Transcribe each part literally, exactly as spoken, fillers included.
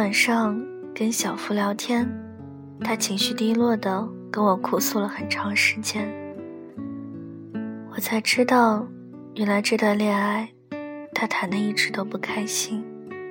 晚上跟小付聊天，他情绪低落的跟我哭诉了很长时间。我才知道，原来这段恋爱他谈的一直都不开心。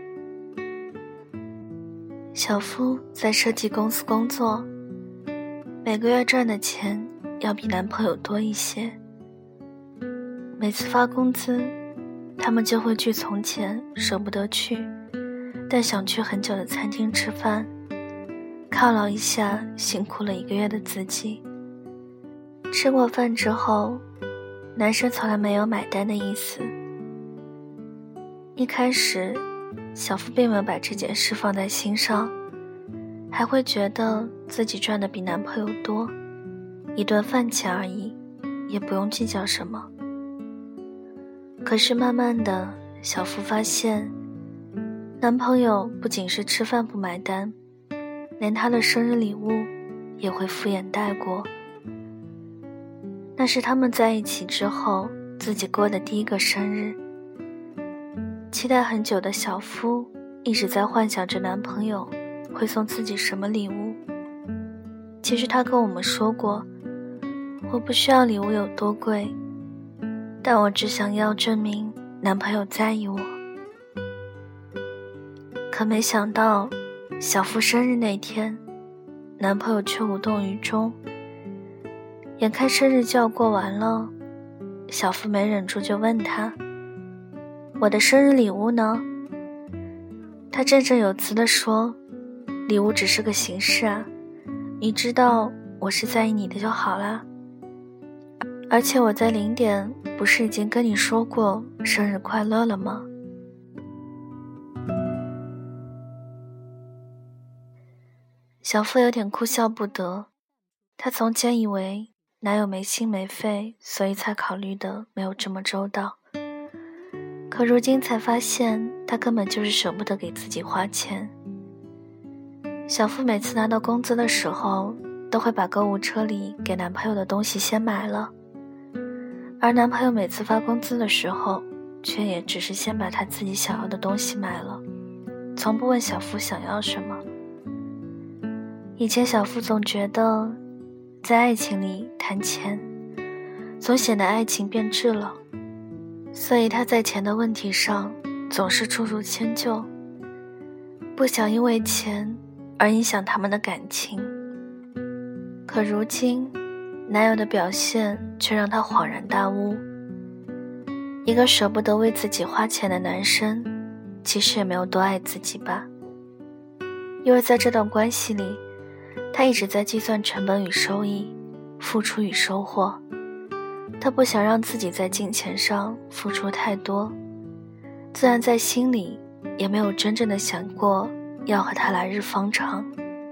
小付在设计公司工作，每个月赚的钱要比男朋友多一些。每次发工资，他们就会去从前舍不得去但想去很久的餐厅吃饭，犒劳一下辛苦了一个月的自己。吃过饭之后，男生从来没有买单的意思。一开始小付并没有把这件事放在心上，还会觉得自己赚的比男朋友多，一顿饭钱而已，也不用计较什么。可是慢慢的，小付发现男朋友不仅是吃饭不买单，连他的生日礼物也会敷衍带过。那是他们在一起之后自己过的第一个生日。期待很久的小付一直在幻想着男朋友会送自己什么礼物。其实他跟我们说过，我不需要礼物有多贵，但我只想要证明男朋友在意我。可没想到小付生日那天，男朋友却无动于衷。眼看生日就要过完了，小付没忍住就问他，我的生日礼物呢？他振振有词地说，礼物只是个形式啊，你知道我是在意你的就好啦。而且我在零点不是已经跟你说过生日快乐了吗？小付有点哭笑不得，他从前以为男友没心没肺，所以才考虑的没有这么周到。可如今才发现，他根本就是舍不得给自己花钱。小付每次拿到工资的时候，都会把购物车里给男朋友的东西先买了，而男朋友每次发工资的时候，却也只是先把他自己想要的东西买了，从不问小付想要什么。以前小付总觉得在爱情里谈钱总显得爱情变质了，所以他在钱的问题上总是处处迁就，不想因为钱而影响他们的感情。可如今男友的表现却让他恍然大悟，一个舍不得为自己花钱的男生其实也没有多爱自己吧。因为在这段关系里，他一直在计算成本与收益，付出与收获。他不想让自己在金钱上付出太多，自然在心里也没有真正的想过要和他来日方长。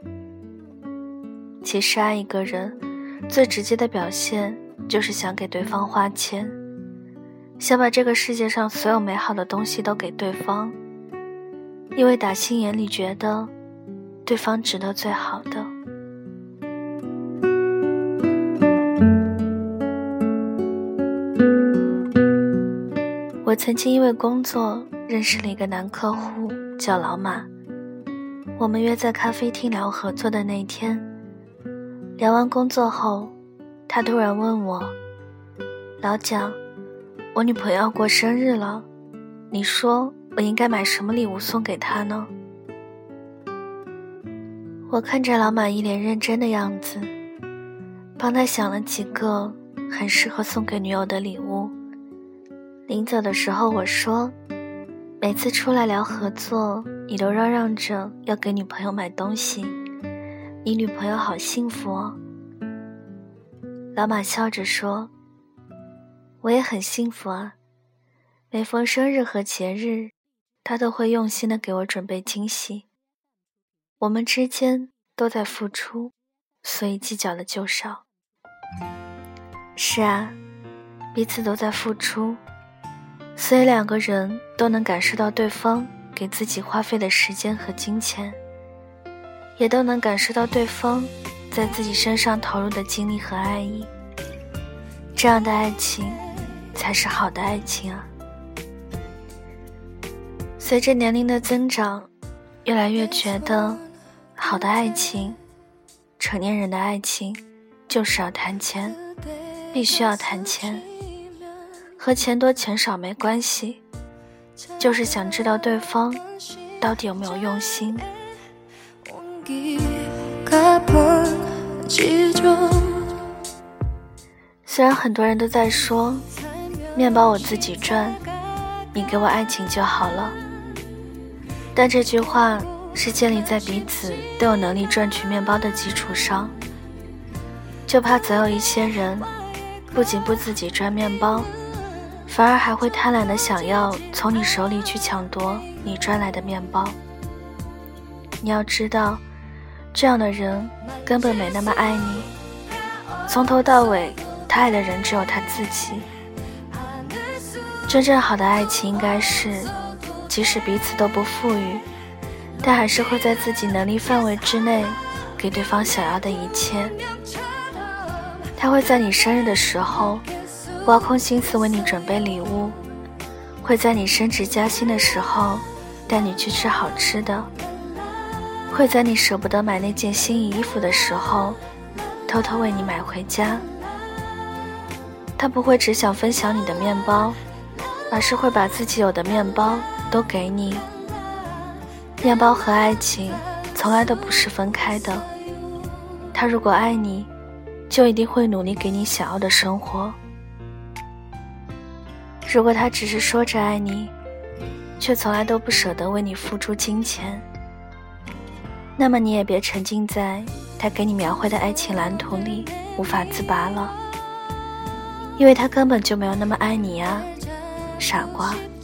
其实爱一个人最直接的表现就是想给对方花钱，想把这个世界上所有美好的东西都给对方，因为打心眼里觉得对方值得最好的。我曾经因为工作认识了一个男客户，叫老马。我们约在咖啡厅聊合作的那天，聊完工作后，他突然问我，老蒋，我女朋友要过生日了，你说我应该买什么礼物送给她呢？我看着老马一脸认真的样子，帮他想了几个很适合送给女友的礼物。临走的时候我说，每次出来聊合作，你都嚷嚷着要给女朋友买东西，你女朋友好幸福哦。老马笑着说，我也很幸福啊，每逢生日和节日，他都会用心地给我准备惊喜。我们之间都在付出，所以计较的就少。是啊，彼此都在付出，所以两个人都能感受到对方给自己花费的时间和金钱，也都能感受到对方在自己身上投入的精力和爱意。这样的爱情才是好的爱情啊。随着年龄的增长， 越来越觉得，好的爱情，成年人的爱情，就是要谈钱，必须要谈钱，和钱多钱少没关系，就是想知道对方到底有没有用心。虽然很多人都在说，面包我自己赚，你给我爱情就好了，但这句话是建立在彼此都有能力赚取面包的基础上，就怕总有一些人不仅不自己赚面包，反而还会贪婪地想要从你手里去抢夺你赚来的面包。你要知道，这样的人根本没那么爱你，从头到尾他爱的人只有他自己。真正好的爱情应该是，即使彼此都不富裕，但还是会在自己能力范围之内给对方想要的一切。他会在你生日的时候挖空心思为你准备礼物，会在你升职加薪的时候带你去吃好吃的，会在你舍不得买那件心仪衣服的时候偷偷为你买回家。他不会只想分享你的面包，而是会把自己有的面包都给你。面包和爱情从来都不是分开的，他如果爱你，就一定会努力给你想要的生活。如果他只是说着爱你，却从来都不舍得为你付出金钱，那么你也别沉浸在他给你描绘的爱情蓝图里无法自拔了，因为他根本就没有那么爱你呀，傻瓜。